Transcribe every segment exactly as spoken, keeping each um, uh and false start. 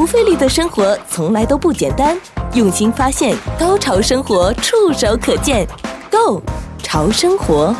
不费力的生活从来都不简单，用心发现，高潮生活触手可见 Go 潮生活。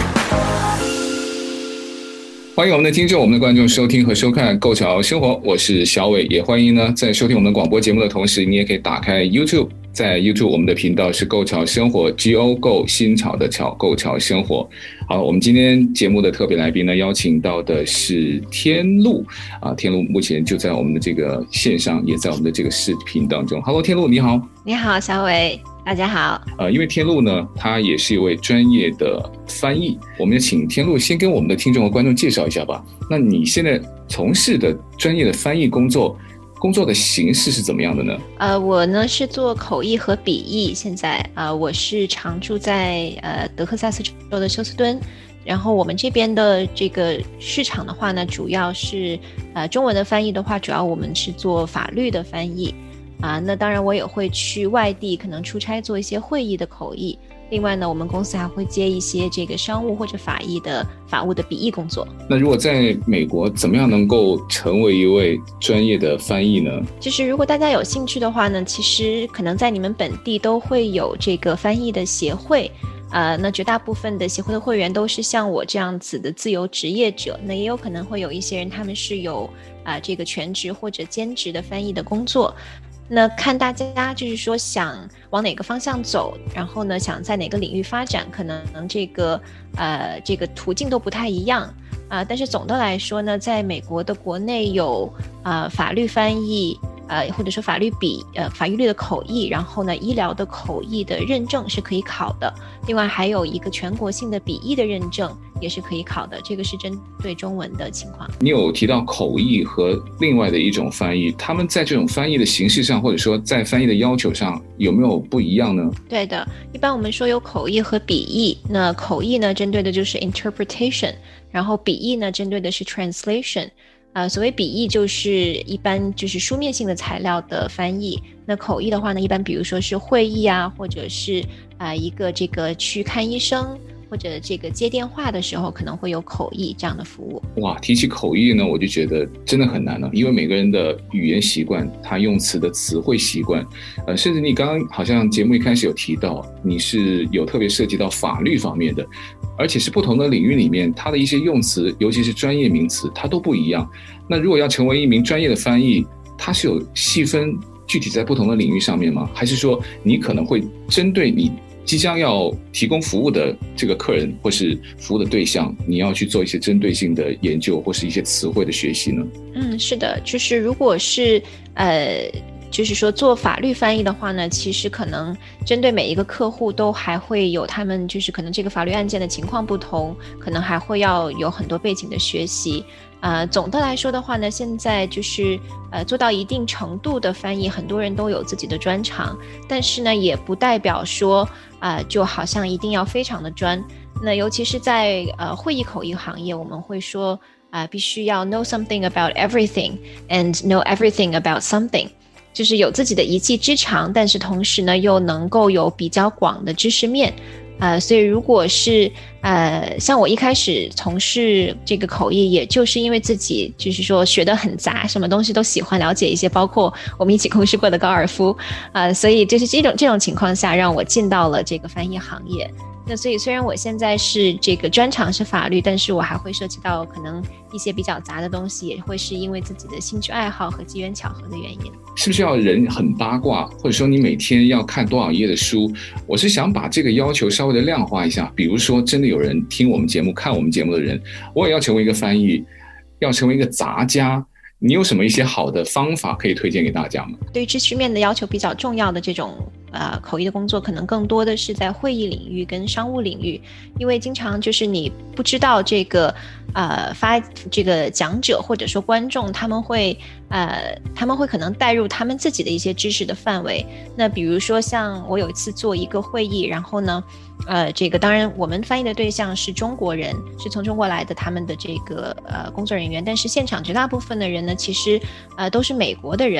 欢迎我们的听众、我们的观众收听和收看《购潮生活》，我是小伟，也欢迎呢在收听我们广播节目的同时，你也可以打开 YouTube， 在 YouTube 我们的频道是购潮生活 G O Go 新潮的潮，购潮生活。好，我们今天节目的特别来宾呢，邀请到的是天路啊，天路目前就在我们的这个线上，也在我们的这个视频当中。Hello， 天路你好。 你好，小伟。大家好， 呃，因为天路呢，他也是一位专业的翻译，我们也请天路先跟我们的听众和观众介绍一下吧。那你现在从事的专业的翻译工作，工作的形式是怎么样的呢？ 呃，我呢是做口译和笔译，现在呃我是常住在呃德克萨斯州的休斯敦。然后我们这边的这个市场的话呢，主要是呃中文的翻译的话，主要我们是做法律的翻译。啊，那当然我也会去外地可能出差做一些会议的口译，另外呢我们公司还会接一些这个商务或者法译的法务的笔译工作。 那如果在美国怎么样能够成为一位专业的翻译呢？ 就是如果大家有兴趣的话呢，其实可能在你们本地都会有这个翻译的协会，呃，那绝大部分的协会的会员都是像我这样子的自由职业者，那也有可能会有一些人他们是有啊、呃、这个全职或者兼职的翻译的工作。那看大家就是说想往哪个方向走，然后呢想在哪个领域发展，可能这个呃这个途径都不太一样啊、呃。但是总的来说呢，在美国的国内有啊、呃、法律翻译，呃或者说法律笔呃法律的口译，然后呢医疗的口译的认证是可以考的，另外还有一个全国性的笔译的认证也是可以考的，这个是针对中文的情况。 你有提到口译和另外的一种翻译，他们在这种翻译的形式上，或者说在翻译的要求上有没有不一样呢？ 对的，一般我们说有口译和笔译，那口译呢针对的就是 interpretation， 然后笔译呢针对的是 translation。呃，所谓笔译就是一般就是书面性的材料的翻译，那口译的话呢，一般比如说是会议啊，或者是啊、呃、一个这个去看医生，或者这个接电话的时候可能会有口译这样的服务。 哇，提起口译呢，我就觉得真的很难了，因为每个人的语言习惯，他用词的词汇习惯，呃，甚至你刚刚好像节目一开始有提到，你是有特别涉及到法律方面的，而且是不同的领域里面，它的一些用词，尤其是专业名词，它都不一样。那如果要成为一名专业的翻译，它是有细分具体在不同的领域上面吗？还是说你可能会针对你即将要提供服务的这个客人或是服务的对象，你要去做一些针对性的研究或是一些词汇的学习呢？ 嗯，是的，就是如果是呃就是说做法律翻译的话呢，其实可能针对每一个客户都还会有他们就是可能这个法律案件的情况不同，可能还会要有很多背景的学习。呃，总的来说的话呢，现在就是呃做到一定程度的翻译，很多人都有自己的专长，但是呢，也不代表说啊、呃、就好像一定要非常的专。那尤其是在呃会议口译行业，我们会说啊、呃、必须要 know something about everything and know everything about something。就是有自己的一技之长，但是同时呢又能够有比较广的知识面，呃，所以如果是呃像我一开始从事这个口译，也就是因为自己就是说学得很杂，什么东西都喜欢了解一些，包括我们一起共事过的高尔夫，呃，所以就是这种这种情况下让我进到了这个翻译行业。那所以虽然我现在是这个专长是法律，但是我还会涉及到可能一些比较杂的东西，也会是因为自己的兴趣爱好和机缘巧合的原因。 是不是要人很八卦，或者说你每天要看多少页的书？我是想把这个要求稍微的量化一下，比如说真的有人听我们节目看我们节目的人，我也要成为一个翻译，要成为一个杂家，你有什么一些好的方法可以推荐给大家吗？ 对于知识面的要求比较重要的这种呃口译的工作，可能更多的是在会议领域跟商务领域，因为经常就是你不知道这个呃发这个讲者或者说观众他们会呃他们会可能带入他们自己的一些知识的范围。那比如说像我有一次做一个会议，然后呢呃这个当然我们翻译的对象是中国人，是从中国来的他们的这个呃工作人员，但是现场绝大部分的人呢其实呃都是美国的人。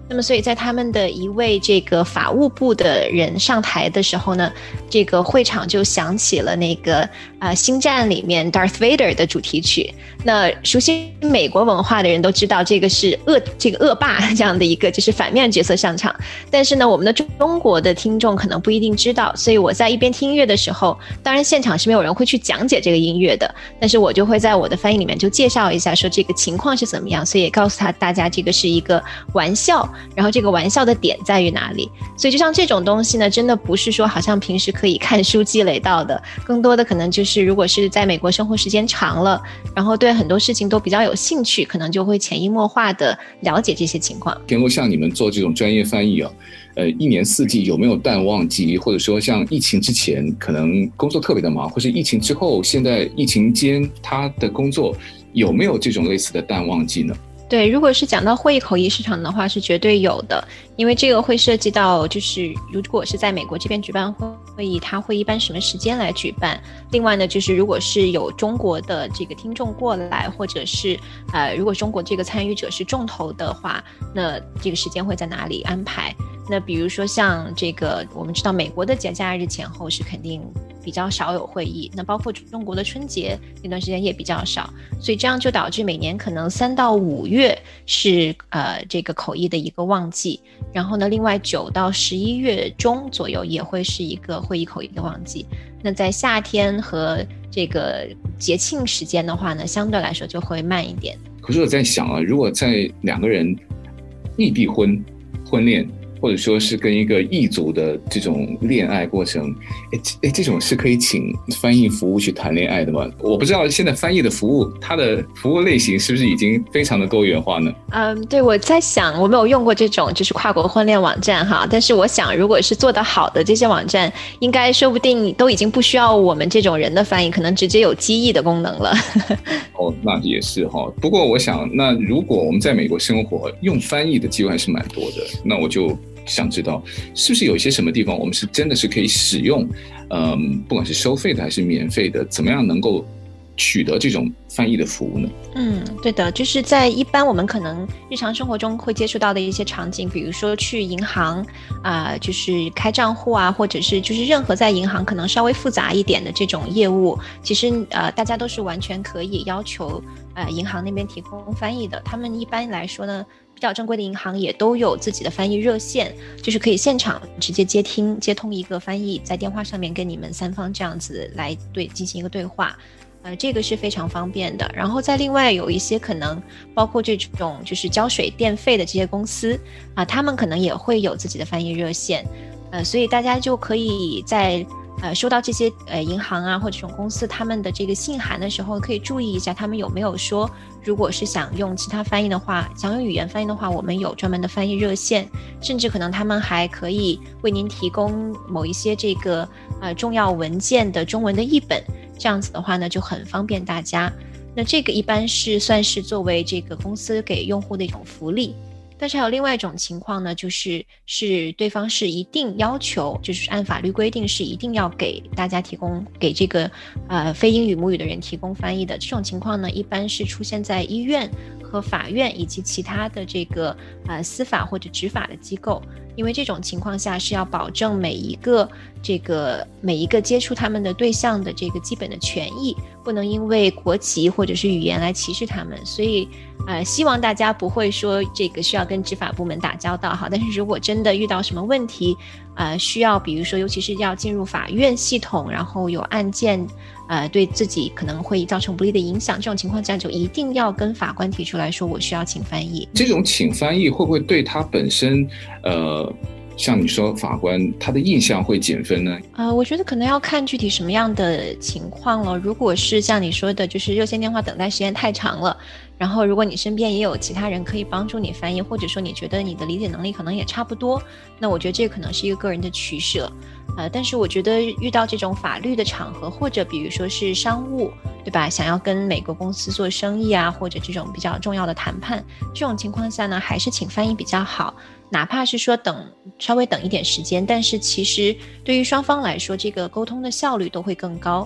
那么所以在他们的一位这个法务部的人上台的时候呢，这个会场就响起了那个呃星战里面 Darth Vader 的主题曲。那熟悉美国文化的人都知道这个是恶这个恶霸这样的一个就是反面角色上场，但是呢我们的中国的听众可能不一定知道，所以我在一边听音乐的时候，当然现场是没有人会去讲解这个音乐的，但是我就会在我的翻译里面就介绍一下说这个情况是怎么样，所以也告诉他大家这个是一个玩笑，然后这个玩笑的点在于哪里。所以就像这种东西呢，真的不是说好像平时可以看书积累到的，更多的可能就是如果是在美国生活时间长了，然后对很多事情都比较有兴趣，可能就会潜移默化的了解这些情况。 田螺，像你们做这种专业翻译啊，呃，一年四季有没有淡旺季，或者说像疫情之前可能工作特别的忙，或是疫情之后现在疫情间他的工作有没有这种类似的淡旺季呢？ 对，如果是讲到会议口译市场的话是绝对有的，因为这个会涉及到就是如果是在美国这边举办会议，它会一般什么时间来举办，另外呢就是如果是有中国的这个听众过来，或者是呃如果中国这个参与者是重头的话，那这个时间会在哪里安排。那比如说像这个我们知道美国的节假日前后是肯定比较少有会议，那包括中国的春节那段时间也比较少，所以这样就导致每年可能三到五月是呃这个口译的一个旺季，然后呢另外九到十一月中左右也会是一个会议口译的旺季。那在夏天和这个节庆时间的话呢，相对来说就会慢一点。 可是我在想啊，如果在两个人异地婚婚恋，或者说是跟一个异族的这种恋爱过程，诶，这种是可以请翻译服务去谈恋爱的吗？我不知道现在翻译的服务，它的服务类型是不是已经非常的多元化呢？ 嗯，对，我在想，我没有用过这种就是跨国婚恋网站哈，但是我想，如果是做得好的这些网站，应该说不定都已经不需要我们这种人的翻译，可能直接有机译的功能了。 哦，那也是哈。不过我想，那如果我们在美国生活，用翻译的机会还是蛮多的，那我就想知道是不是有一些什么地方我们是真的是可以使用嗯，不管是收费的还是免费的，怎么样能够取得这种翻译的服务呢？ 嗯，对的，就是在一般我们可能日常生活中会接触到的一些场景，比如说去银行啊、呃，就是开账户啊，或者是就是任何在银行可能稍微复杂一点的这种业务，其实呃大家都是完全可以要求呃银行那边提供翻译的。他们一般来说呢，比较正规的银行也都有自己的翻译热线，就是可以现场直接接听接通一个翻译，在电话上面跟你们三方这样子来对进行一个对话。呃，这个是非常方便的。然后再另外有一些可能包括这种就是交水电费的这些公司啊、呃，他们可能也会有自己的翻译热线，呃，所以大家就可以在呃收到这些呃银行啊或者这种公司他们的这个信函的时候，可以注意一下他们有没有说，如果是想用其他翻译的话，想用语言翻译的话，我们有专门的翻译热线，甚至可能他们还可以为您提供某一些这个呃重要文件的中文的译本。这样子的话呢，就很方便大家。那这个一般是算是作为这个公司给用户的一种福利。但是还有另外一种情况呢，就是是对方是一定要求，就是按法律规定是一定要给大家提供给这个呃非英语母语的人提供翻译的。这种情况呢，一般是出现在医院和法院以及其他的这个呃司法或者执法的机构。因为这种情况下是要保证每一个这个每一个接触他们的对象的这个基本的权益，不能因为国籍或者是语言来歧视他们。所以呃，希望大家不会说这个需要跟执法部门打交道哈，但是如果真的遇到什么问题，呃，需要比如说尤其是要进入法院系统，然后有案件呃，对自己可能会造成不利的影响，这种情况下就一定要跟法官提出来说我需要请翻译。 这种请翻译会不会对他本身呃像你说法官他的印象会减分呢？ 呃，我觉得可能要看具体什么样的情况了。如果是像你说的，就是热线电话等待时间太长了，然后如果你身边也有其他人可以帮助你翻译，或者说你觉得你的理解能力可能也差不多，那我觉得这可能是一个个人的取舍。呃，但是我觉得遇到这种法律的场合，或者比如说是商务，对吧？想要跟美国公司做生意啊，或者这种比较重要的谈判，这种情况下呢，还是请翻译比较好。哪怕是说等稍微等一点时间，但是其实对于双方来说，这个沟通的效率都会更高。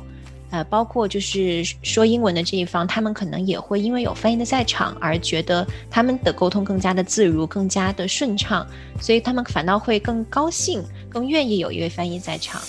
呃，包括就是说英文的这一方，他们可能也会因为有翻译的在场而觉得他们的沟通更加的自如，更加的顺畅，所以他们反倒会更高兴，更愿意有一位翻译在场。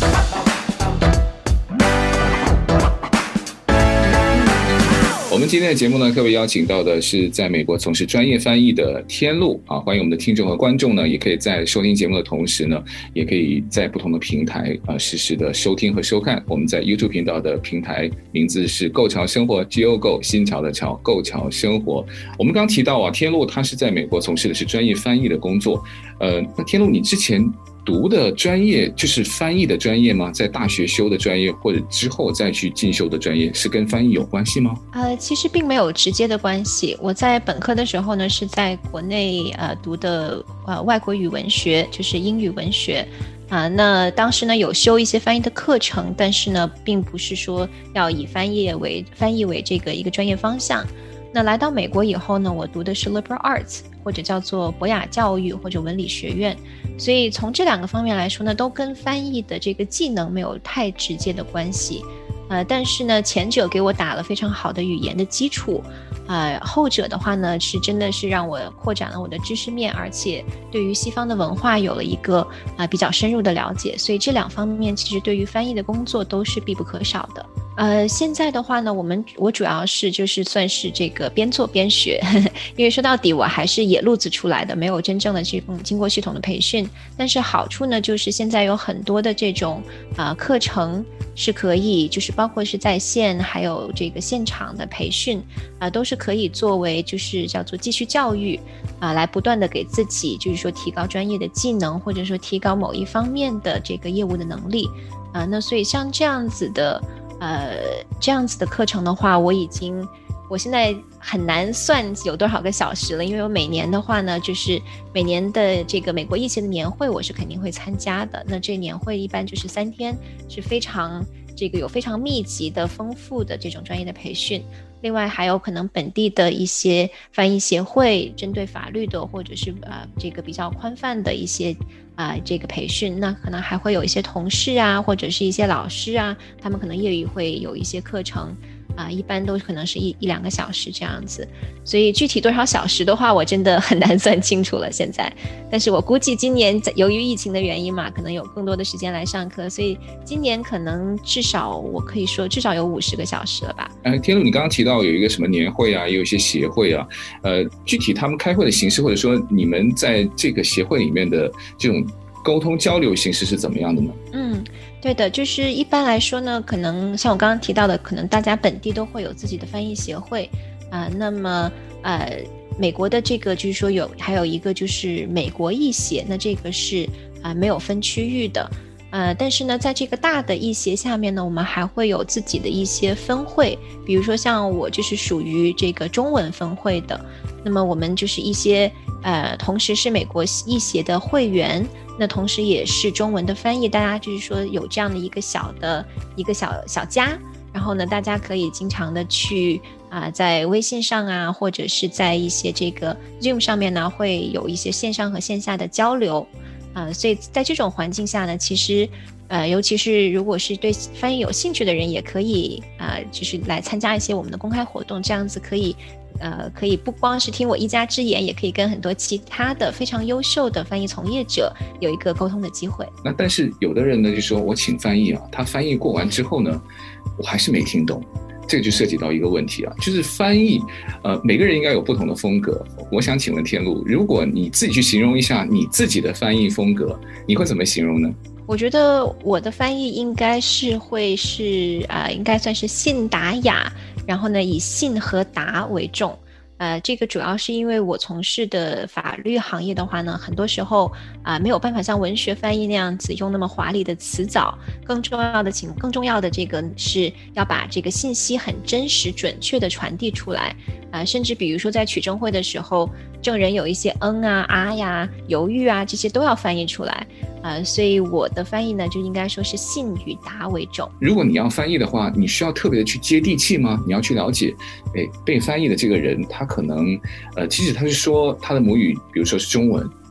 我们今天的节目呢，特别邀请到的是在美国从事专业翻译的天路啊，欢迎我们的听众和观众呢，也可以在收听节目的同时呢，也可以在不同的平台啊实时的收听和收看。我们在 YouTube 频道的平台名字是购潮生活 G O G O 新潮的潮，购潮生活。我们刚刚提到啊，天路他是在美国从事的是专业翻译的工作，呃，那天路你之前读的专业就是翻译的专业吗？在大学修的专业，或者之后再去进修的专业，是跟翻译有关系吗？ 呃，其实并没有直接的关系。我在本科的时候呢，是在国内呃读的呃外国语文学，就是英语文学。啊、呃，那当时呢有修一些翻译的课程，但是呢，并不是说要以翻译为翻译为这个一个专业方向。那来到美国以后呢，我读的是 liberal arts， 或者叫做博雅教育或者文理学院，所以从这两个方面来说呢，都跟翻译的这个技能没有太直接的关系。呃，但是呢，前者给我打了非常好的语言的基础，呃，后者的话呢，是真的是让我扩展了我的知识面，而且对于西方的文化有了一个呃比较深入的了解，所以这两方面其实对于翻译的工作都是必不可少的。呃，现在的话呢，我们我主要是就是算是这个边做边学，呵呵，因为说到底我还是野路子出来的，没有真正的这种经过系统的培训。但是好处呢，就是现在有很多的这种呃课程是可以，就是包括是在线，还有这个现场的培训啊、呃，都是可以作为就是叫做继续教育啊、呃，来不断的给自己就是说提高专业的技能，或者说提高某一方面的这个业务的能力啊、呃。那所以像这样子的。呃，这样子的课程的话，我已经，我现在很难算有多少个小时了，因为我每年的话呢，就是每年的这个美国译协的年会，我是肯定会参加的。那这年会一般就是三天，是非常这个有非常密集的、丰富的这种专业的培训。另外还有可能本地的一些翻译协会，针对法律的或者是呃这个比较宽泛的一些啊、呃、这个培训，那可能还会有一些同事啊，或者是一些老师啊，他们可能业余会有一些课程啊、呃，一般都可能是一一两个小时这样子。所以具体多少小时的话，我真的很难算清楚了现在。但是我估计今年由于疫情的原因嘛，可能有更多的时间来上课，所以今年可能至少我可以说至少有五十个小时了吧。 呃，天路，你刚刚提到有一个什么年会啊，也有一些协会啊，呃，具体他们开会的形式，或者说你们在这个协会里面的这种沟通交流形式是怎么样的呢？嗯， 对的，就是一般来说呢，可能像我刚刚提到的，可能大家本地都会有自己的翻译协会啊、呃，那么呃，美国的这个就是说有还有一个就是美国译协，那这个是啊、呃、没有分区域的。呃，但是呢，在这个大的译协下面呢，我们还会有自己的一些分会，比如说像我就是属于这个中文分会的，那么我们就是一些呃，同时是美国译协的会员，那同时也是中文的翻译，大家就是说有这样的一个小的一个小小家，然后呢，大家可以经常的去啊、呃，在微信上啊，或者是在一些这个 Zoom 上面呢，会有一些线上和线下的交流。呃，所以在这种环境下呢，其实，呃，尤其是如果是对翻译有兴趣的人，也可以啊、呃，就是来参加一些我们的公开活动，这样子可以，呃，可以不光是听我一家之言，也可以跟很多其他的非常优秀的翻译从业者有一个沟通的机会。 那但是有的人呢，就说我请翻译啊，他翻译过完之后呢，我还是没听懂。这个就涉及到一个问题啊，就是翻译，呃，每个人应该有不同的风格。我想请问天路，如果你自己去形容一下你自己的翻译风格，你会怎么形容呢？ 我觉得我的翻译应该是会是啊、呃，应该算是信达雅，然后呢以信和达为重。呃，这个主要是因为我从事的法律行业的话呢，很多时候啊、呃、没有办法像文学翻译那样子用那么华丽的词藻，更重要的情，更重要的这个是要把这个信息很真实准确的传递出来啊、呃，甚至比如说在取证会的时候，证人有一些嗯啊啊呀犹豫啊，这些都要翻译出来啊、呃，所以我的翻译呢就应该说是信与达为重。 如果你要翻译的话，你需要特别的去接地气吗？你要去了解，哎，被翻译的这个人他可能呃，即使他是说他的母语，比如说是中文，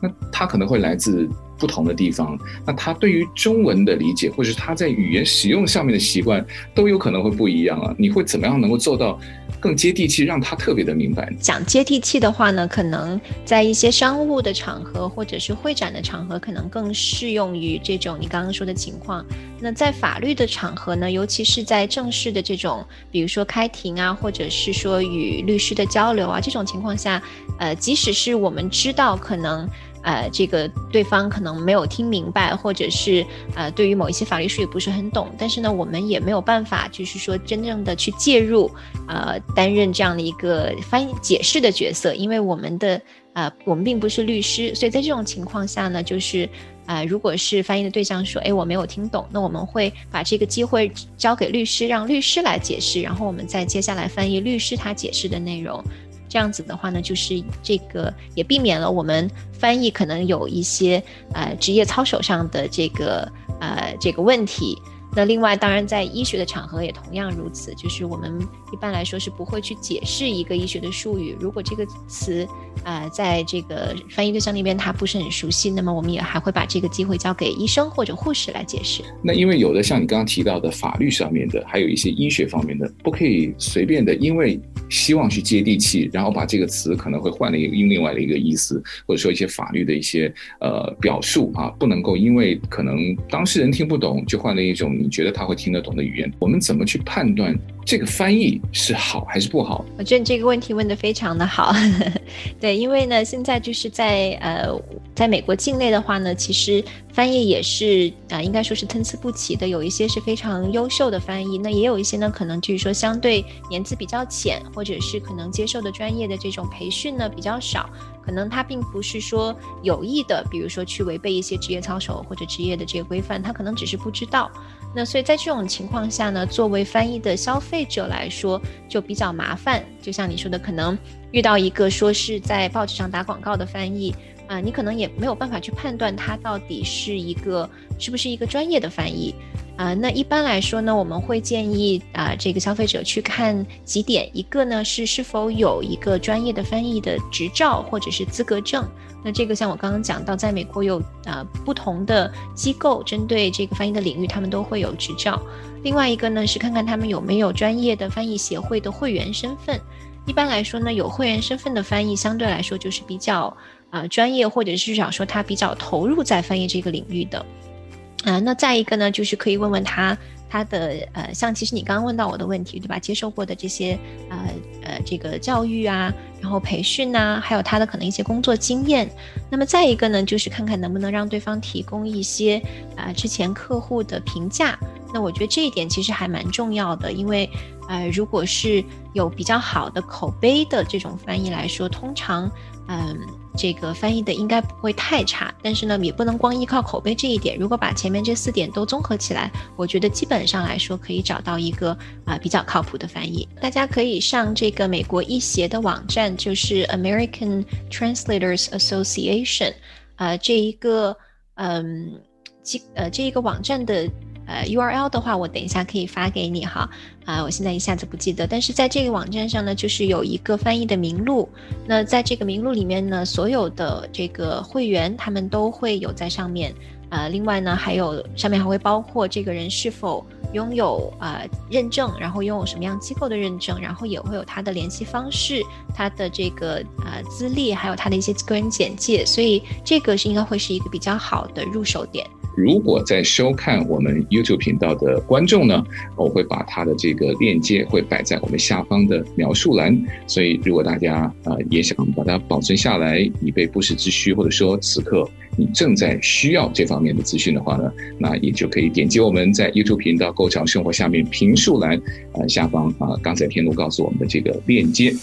那他可能会来自不同的地方，那他对于中文的理解，或者是他在语言使用上面的习惯，都有可能会不一样啊。你会怎么样能够做到更接地气，让他特别的明白？ 讲接地气的话呢，可能在一些商务的场合或者是会展的场合，可能更适用于这种你刚刚说的情况。那在法律的场合呢，尤其是在正式的这种，比如说开庭啊，或者是说与律师的交流啊，这种情况下，呃，即使是我们知道可能呃，这个对方可能没有听明白，或者是呃，对于某一些法律术语不是很懂，但是呢，我们也没有办法，就是说真正的去介入，呃，担任这样的一个翻译解释的角色，因为我们的呃，我们并不是律师，所以在这种情况下呢，就是呃，如果是翻译的对象说，哎，我没有听懂，那我们会把这个机会交给律师，让律师来解释，然后我们再接下来翻译律师他解释的内容。这样子的话呢，就是这个也避免了我们翻译可能有一些呃职业操守上的这个呃这个问题。那另外当然在医学的场合也同样如此，就是我们一般来说是不会去解释一个医学的术语，如果这个词呃在这个翻译对象那边他不是很熟悉，那么我们也还会把这个机会交给医生或者护士来解释。 那因为有的像你刚刚提到的法律上面的，还有一些医学方面的，不可以随便的因为希望去接地气，然后把这个词可能会换了一个另外的一个意思，或者说一些法律的一些呃表述啊，不能够因为可能当事人听不懂就换了一种你觉得他会听得懂的语言。我们怎么去判断这个翻译是好还是不好？ 我觉得你这个问题问得非常的好对，因为呢现在就是在呃在美国境内的话呢，其实翻译也是啊、呃，应该说是参差不齐的，有一些是非常优秀的翻译，那也有一些呢可能就是说相对年资比较浅，或者是可能接受的专业的这种培训呢比较少，可能他并不是说有意的，比如说去违背一些职业操守或者职业的这个规范，他可能只是不知道。那所以在这种情况下呢，作为翻译的消费者来说就比较麻烦，就像你说的，可能遇到一个说是在报纸上打广告的翻译啊、呃，你可能也没有办法去判断它到底是一个是不是一个专业的翻译啊、呃。那一般来说呢，我们会建议啊、呃、这个消费者去看几点，一个呢是是否有一个专业的翻译的执照或者是资格证。那这个像我刚刚讲到，在美国有呃不同的机构针对这个翻译的领域，他们都会有执照。另外一个呢是看看他们有没有专业的翻译协会的会员身份。一般来说呢，有会员身份的翻译相对来说就是比较呃专业，或者是至少说他比较投入在翻译这个领域的。啊、呃，那再一个呢，就是可以问问他他的呃，像其实你刚刚问到我的问题，对吧？接受过的这些呃呃这个教育啊，然后培训啊，还有他的可能一些工作经验。那么再一个呢，就是看看能不能让对方提供一些啊、呃、之前客户的评价。那我觉得这一点其实还蛮重要的，因为呃如果是有比较好的口碑的这种翻译来说，通常嗯。呃这个翻译的应该不会太差，但是呢也不能光依靠口碑这一点，如果把前面这四点都综合起来，我觉得基本上来说可以找到一个啊、呃、比较靠谱的翻译。大家可以上这个美国译协的网站，就是 American Translators Association 呃这一个嗯呃这一个网站的呃 U R L 的话，我等一下可以发给你哈，啊、呃，我现在一下子不记得，但是在这个网站上呢，就是有一个翻译的名录。那在这个名录里面呢，所有的这个会员他们都会有在上面。呃，另外呢，还有上面还会包括这个人是否拥有呃认证，然后拥有什么样机构的认证，然后也会有他的联系方式、他的这个呃资历，还有他的一些个人简介，所以这个是应该会是一个比较好的入手点。 如果在收看我们 YouTube 频道的观众呢，我会把它的这个链接会摆在我们下方的描述栏，所以如果大家呃也想把它保存下来，以备不时之需，或者说此刻你正在需要这方面的资讯的话呢，那也就可以点击我们在 YouTube 频道购潮生活下面评述栏呃下方啊、呃、刚才天路告诉我们的这个链接。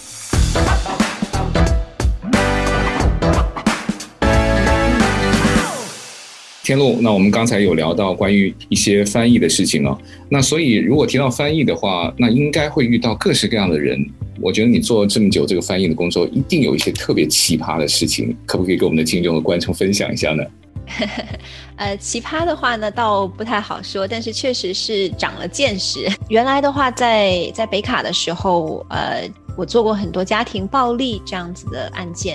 天路，那我们刚才有聊到关于一些翻译的事情哦，那所以如果提到翻译的话，那应该会遇到各式各样的人。我觉得你做这么久这个翻译的工作，一定有一些特别奇葩的事情，可不可以跟我们的听众和观众分享一下呢？ 呃，奇葩的话呢，倒不太好说，但是确实是长了见识。原来的话在，在北卡的时候，呃，我做过很多家庭暴力这样子的案件。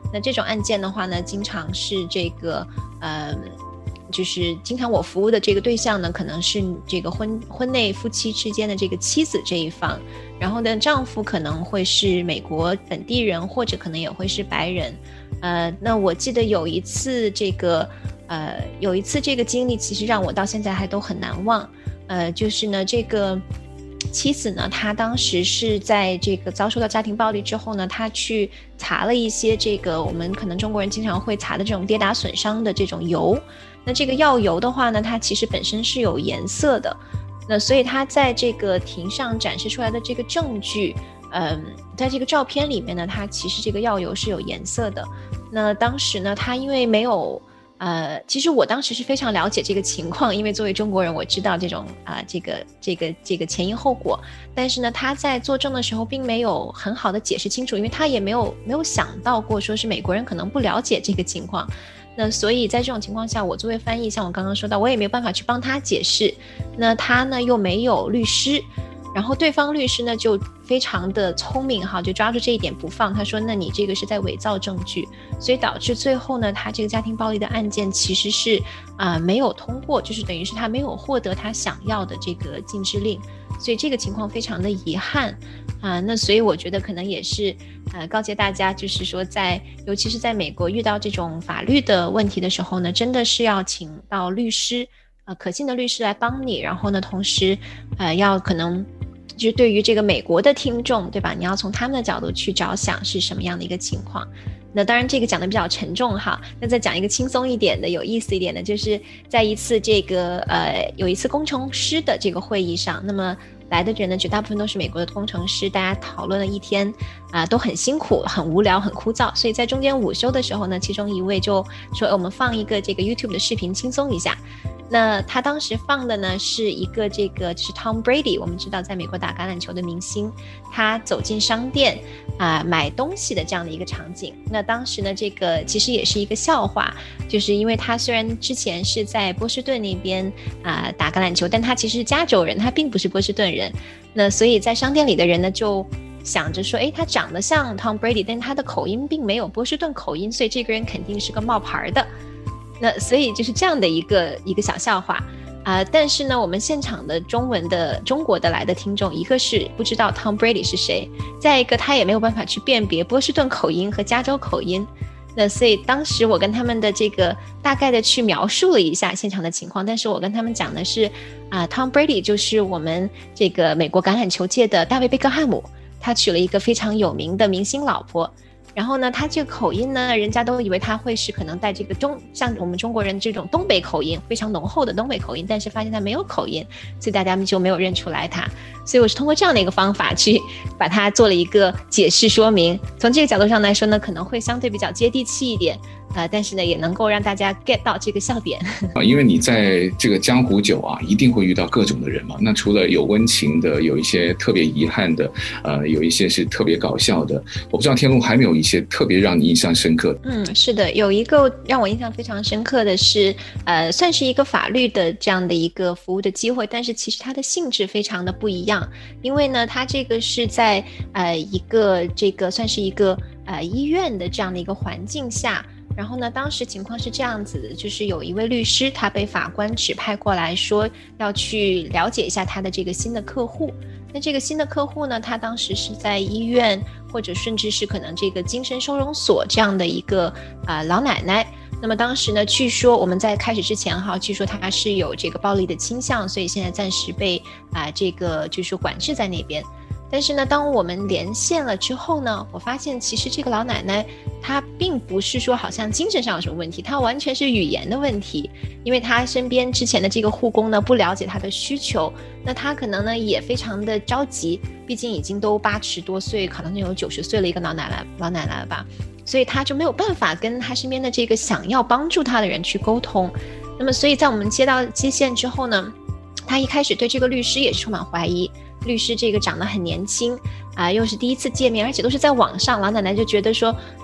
那这种案件的话呢，经常是这个呃。就是经常我服务的这个对象呢，可能是这个婚婚内夫妻之间的这个妻子这一方，然后呢，丈夫可能会是美国本地人，或者可能也会是白人。呃，那我记得有一次这个呃有一次这个经历，其实让我到现在还都很难忘。呃，就是呢，这个妻子呢，她当时是在这个遭受到家庭暴力之后呢，她去擦了一些这个我们可能中国人经常会擦的这种跌打损伤的这种油。那这个药油的话呢，它其实本身是有颜色的，那所以它在这个庭上展示出来的这个证据，嗯，在这个照片里面呢，它其实这个药油是有颜色的。那当时呢，他因为没有呃，其实我当时是非常了解这个情况，因为作为中国人，我知道这种啊、呃，这个这个这个前因后果。但是呢，他在作证的时候并没有很好的解释清楚，因为他也没有没有想到过说是美国人可能不了解这个情况。那所以在这种情况下，我作为翻译，像我刚刚说到，我也没有办法去帮他解释。那他呢又没有律师，然后对方律师呢就非常的聪明哈，就抓住这一点不放。他说：“那你这个是在伪造证据。”所以导致最后呢，他这个家庭暴力的案件其实是啊、呃、没有通过，就是等于是他没有获得他想要的这个禁制令。所以这个情况非常的遗憾啊、呃。那所以我觉得可能也是呃告诫大家，就是说在尤其是在美国遇到这种法律的问题的时候呢，真的是要请到律师，呃可信的律师来帮你。然后呢，同时呃要可能就是对于这个美国的听众，对吧？你要从他们的角度去着想是什么样的一个情况。那当然这个讲的比较沉重哈，那再讲一个轻松一点的有意思一点的，就是在一次这个呃有一次工程师的这个会议上，那么来的人呢绝大部分都是美国的工程师，大家讨论了一天啊、呃、都很辛苦很无聊很枯燥，所以在中间午休的时候呢，其中一位就说、呃、我们放一个这个 YouTube 的视频轻松一下。那他当时放的呢是一个这个就是 Tom Brady， 我们知道在美国打橄榄球的明星，他走进商店啊、呃、买东西的这样的一个场景。那当时呢这个其实也是一个笑话，就是因为他虽然之前是在波士顿那边啊、呃、打橄榄球，但他其实是加州人，他并不是波士顿人。那所以在商店里的人呢就想着说，诶，他长得像 Tom Brady， 但他的口音并没有波士顿口音，所以这个人肯定是个冒牌的。那所以就是这样的一个一个小笑话啊、呃，但是呢，我们现场的中文的中国的来的听众，一个是不知道 Tom Brady 是谁，再一个他也没有办法去辨别波士顿口音和加州口音。那所以当时我跟他们的这个大概的去描述了一下现场的情况，但是我跟他们讲的是啊、呃、，Tom Brady 就是我们这个美国橄榄球界的大卫贝克汉姆，他娶了一个非常有名的明星老婆。然后呢，他这个口音呢，人家都以为他会是可能带这个中，像我们中国人这种东北口音，非常浓厚的东北口音，但是发现他没有口音，所以大家们就没有认出来他。所以我是通过这样的一个方法去把它做了一个解释说明。从这个角度上来说呢，可能会相对比较接地气一点。呃，但是呢，也能够让大家 get 到这个笑点啊，因为你在这个江湖久啊，一定会遇到各种的人嘛。那除了有温情的，有一些特别遗憾的，呃，有一些是特别搞笑的。我不知道天路还没有一些特别让你印象深刻的。 嗯，是的，有一个让我印象非常深刻的是，呃，算是一个法律的这样的一个服务的机会，但是其实它的性质非常的不一样，因为呢，它这个是在呃一个这个算是一个呃医院的这样的一个环境下。然后呢，当时情况是这样子的，就是有一位律师，他被法官指派过来说要去了解一下他的这个新的客户。那这个新的客户呢，他当时是在医院或者甚至是可能这个精神收容所这样的一个啊、呃、老奶奶。那么当时呢，据说我们在开始之前哈，据说她是有这个暴力的倾向，所以现在暂时被啊、呃、这个就是管制在那边。但是呢，当我们连线了之后呢，我发现其实这个老奶奶她并不是说好像精神上有什么问题，她完全是语言的问题，因为她身边之前的这个护工呢不了解她的需求，那她可能呢也非常的着急，毕竟已经都八十多岁，可能有九十岁了一个老奶奶老奶奶了吧，所以她就没有办法跟她身边的这个想要帮助她的人去沟通。那么所以在我们接到接线之后呢，她一开始对这个律师也是充满怀疑。律师这个长得很年轻啊、呃，又是第一次见面，而且都是在网上，老奶奶就觉得说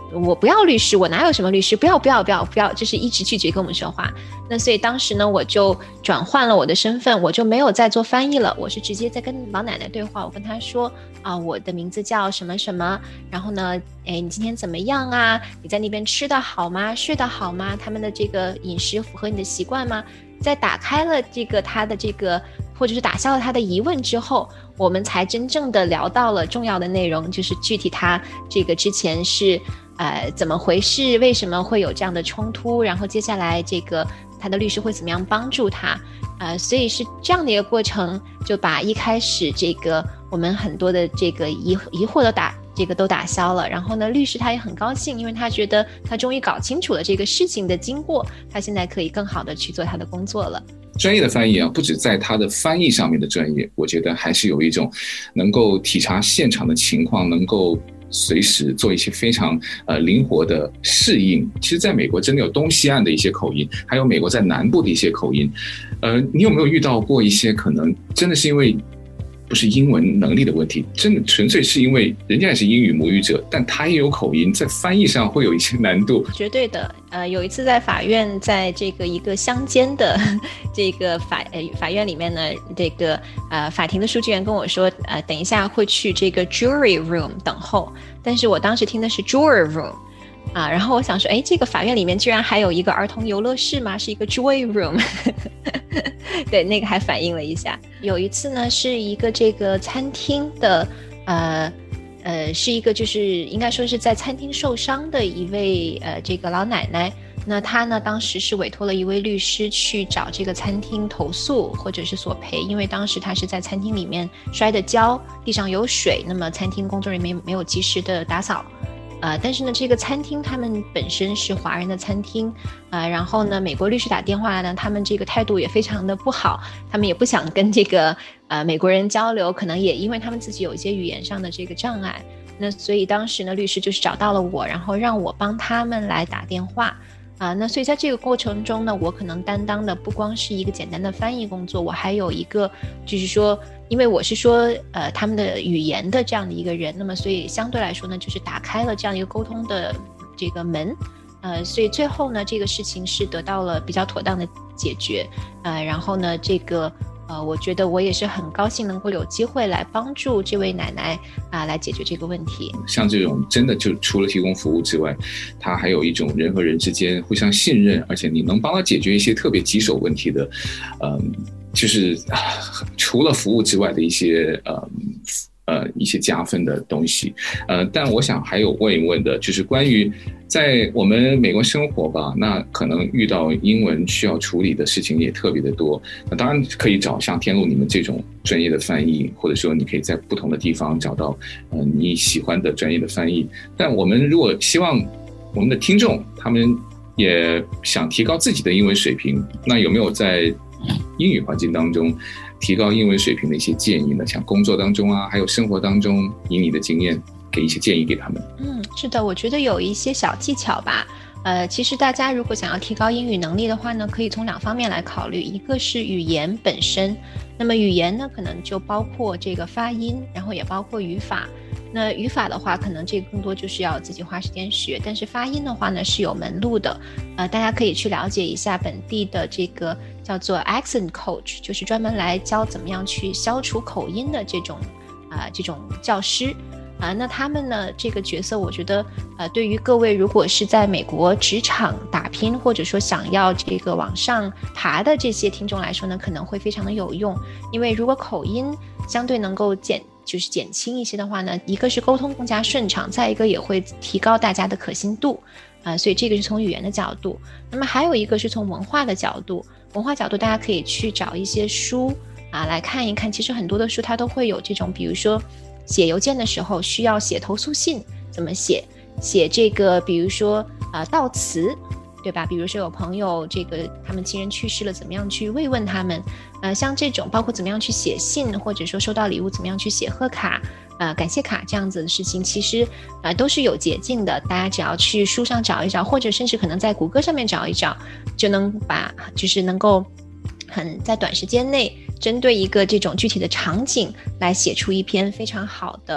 我不要律师，我哪有什么律师，不要不要不要不要，就是一直拒绝跟我们说话。那所以当时呢，我就转换了我的身份，我就没有再做翻译了，我是直接在跟老奶奶对话。我跟她说啊，我的名字叫什么什么，然后呢，哎，你今天怎么样啊？你在那边吃得好吗？睡得好吗？他们的这个饮食符合你的习惯吗？在打开了这个他的这个，或者是打消了他的疑问之后，我们才真正的聊到了重要的内容，就是具体他这个之前是呃怎么回事，为什么会有这样的冲突，然后接下来这个他的律师会怎么样帮助他，呃，所以是这样的一个过程，就把一开始这个我们很多的这个疑疑惑都打这个都打消了。然后呢，律师他也很高兴，因为他觉得他终于搞清楚了这个事情的经过，他现在可以更好的去做他的工作了。 专业的翻译啊，不止在他的翻译上面的专业，我觉得还是有一种能够体察现场的情况，能够随时做一些非常呃灵活的适应。其实在美国真的有东西岸的一些口音，还有美国在南部的一些口音。呃，你有没有遇到过一些可能真的是因为不是英文能力的问题，真的纯粹是因为人家也是英语母语者，但他也有口音，在翻译上会有一些难度？ 绝对的。呃，有一次在法院，在这个一个乡间的这个法呃法院里面呢，这个呃法庭的书记员跟我说，呃，等一下会去这个 jury room 等候，但是我当时听的是 juror room。啊，然后我想说，哎，这个法院里面居然还有一个儿童游乐室吗？是一个 joy room 对，那个还反应了一下。有一次呢，是一个这个餐厅的呃呃是一个就是应该说是在餐厅受伤的一位呃这个老奶奶。那她呢当时是委托了一位律师去找这个餐厅投诉或者是索赔，因为当时她是在餐厅里面摔的跤，地上有水，那么餐厅工作人员没有及时的打扫。呃，但是呢，这个餐厅他们本身是华人的餐厅，呃，然后呢，美国律师打电话来呢，他们这个态度也非常的不好，他们也不想跟这个呃美国人交流，可能也因为他们自己有一些语言上的这个障碍，那所以当时呢，律师就是找到了我，然后让我帮他们来打电话。啊、呃，那所以在这个过程中呢，我可能担当的不光是一个简单的翻译工作，我还有一个就是说，因为我是说呃他们的语言的这样的一个人，那么所以相对来说呢，就是打开了这样一个沟通的这个门，呃，所以最后呢，这个事情是得到了比较妥当的解决，呃，然后呢，这个。呃，我觉得我也是很高兴能够有机会来帮助这位奶奶啊、呃，来解决这个问题。 像这种真的就除了提供服务之外，它还有一种人和人之间互相信任，而且你能帮他解决一些特别棘手问题的，嗯，就是、啊、除了服务之外的一些呃呃一些加分的东西。呃，但我想还有问一问的，就是关于在我们美国生活吧，那可能遇到英文需要处理的事情也特别的多。那当然可以找像天路你们这种专业的翻译，或者说你可以在不同的地方找到呃你喜欢的专业的翻译。但我们如果希望我们的听众他们也想提高自己的英文水平，那有没有在英语环境当中提高英文水平的一些建议呢？像工作当中啊，还有生活当中，以你的经验给一些建议给他们。 嗯，是的，我觉得有一些小技巧吧。呃，其实大家如果想要提高英语能力的话呢，可以从两方面来考虑，一个是语言本身，那么语言呢可能就包括这个发音，然后也包括语法。那语法的话，可能这个更多就是要自己花时间学，但是发音的话呢是有门路的。呃，大家可以去了解一下本地的这个叫做 accent coach， 就是专门来教怎么样去消除口音的这种啊、呃、这种教师。啊、呃，那他们呢？这个角色，我觉得，呃，对于各位如果是在美国职场打拼，或者说想要这个往上爬的这些听众来说呢，可能会非常的有用。因为如果口音相对能够减，就是减轻一些的话呢，一个是沟通更加顺畅，再一个也会提高大家的可信度。啊、呃，所以这个是从语言的角度。那么还有一个是从文化的角度，文化角度大家可以去找一些书啊来看一看。其实很多的书它都会有这种，比如说。写邮件的时候需要写投诉信怎么写，写这个比如说呃悼词，对吧？比如说有朋友这个他们亲人去世了，怎么样去慰问他们，呃像这种包括怎么样去写信，或者说收到礼物怎么样去写贺卡，呃感谢卡这样子的事情，其实呃都是有捷径的，大家只要去书上找一找，或者甚至可能在谷歌上面找一找，就能把就是能够很在短时间内针对一个这种具体的场景来写出一篇非常好的啊、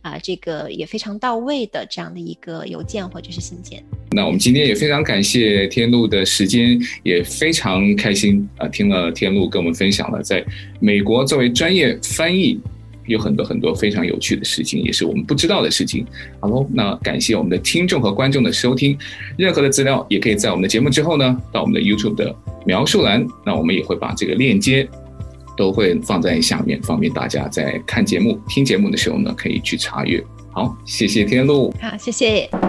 啊、呃、这个也非常到位的这样的一个邮件或者是信件。 那我们今天也非常感谢天路的时间，也非常开心啊、呃，听了天路跟我们分享了在美国作为专业翻译有很多很多非常有趣的事情，也是我们不知道的事情。好喽，那感谢我们的听众和观众的收听，任何的资料也可以在我们的节目之后呢，到我们的 YouTube 的描述栏，那我们也会把这个链接都会放在下面，方便大家在看节目听节目的时候呢可以去查阅。好，谢谢天路。 好，谢谢。